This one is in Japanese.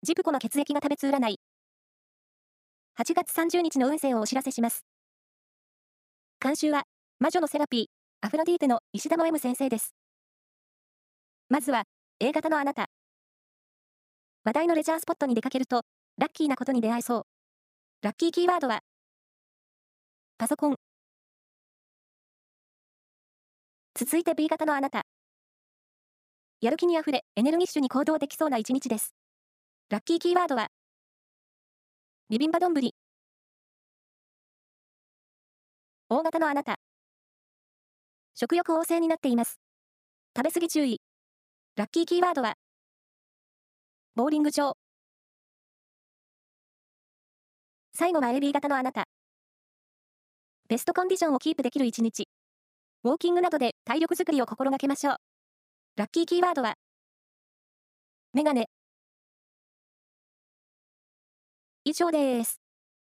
ジプコの血液が食べつ占い。8月30日の運勢をお知らせします。監修は、魔女のセラピー、アフロディーテの石田の M 先生です。まずは、A 型のあなた。話題のレジャースポットに出かけると、ラッキーなことに出会えそう。ラッキーキーワードは、パソコン。続いて B 型のあなた。やる気にあふれ、エネルギッシュに行動できそうな一日です。ラッキーキーワードは、ビビンバ丼。O 型のあなた。食欲旺盛になっています。食べ過ぎ注意。ラッキーキーワードは、ボーリング場。最後は AB 型のあなた。ベストコンディションをキープできる一日。ウォーキングなどで体力づくりを心がけましょう。ラッキーキーワードは、メガネ。以上です。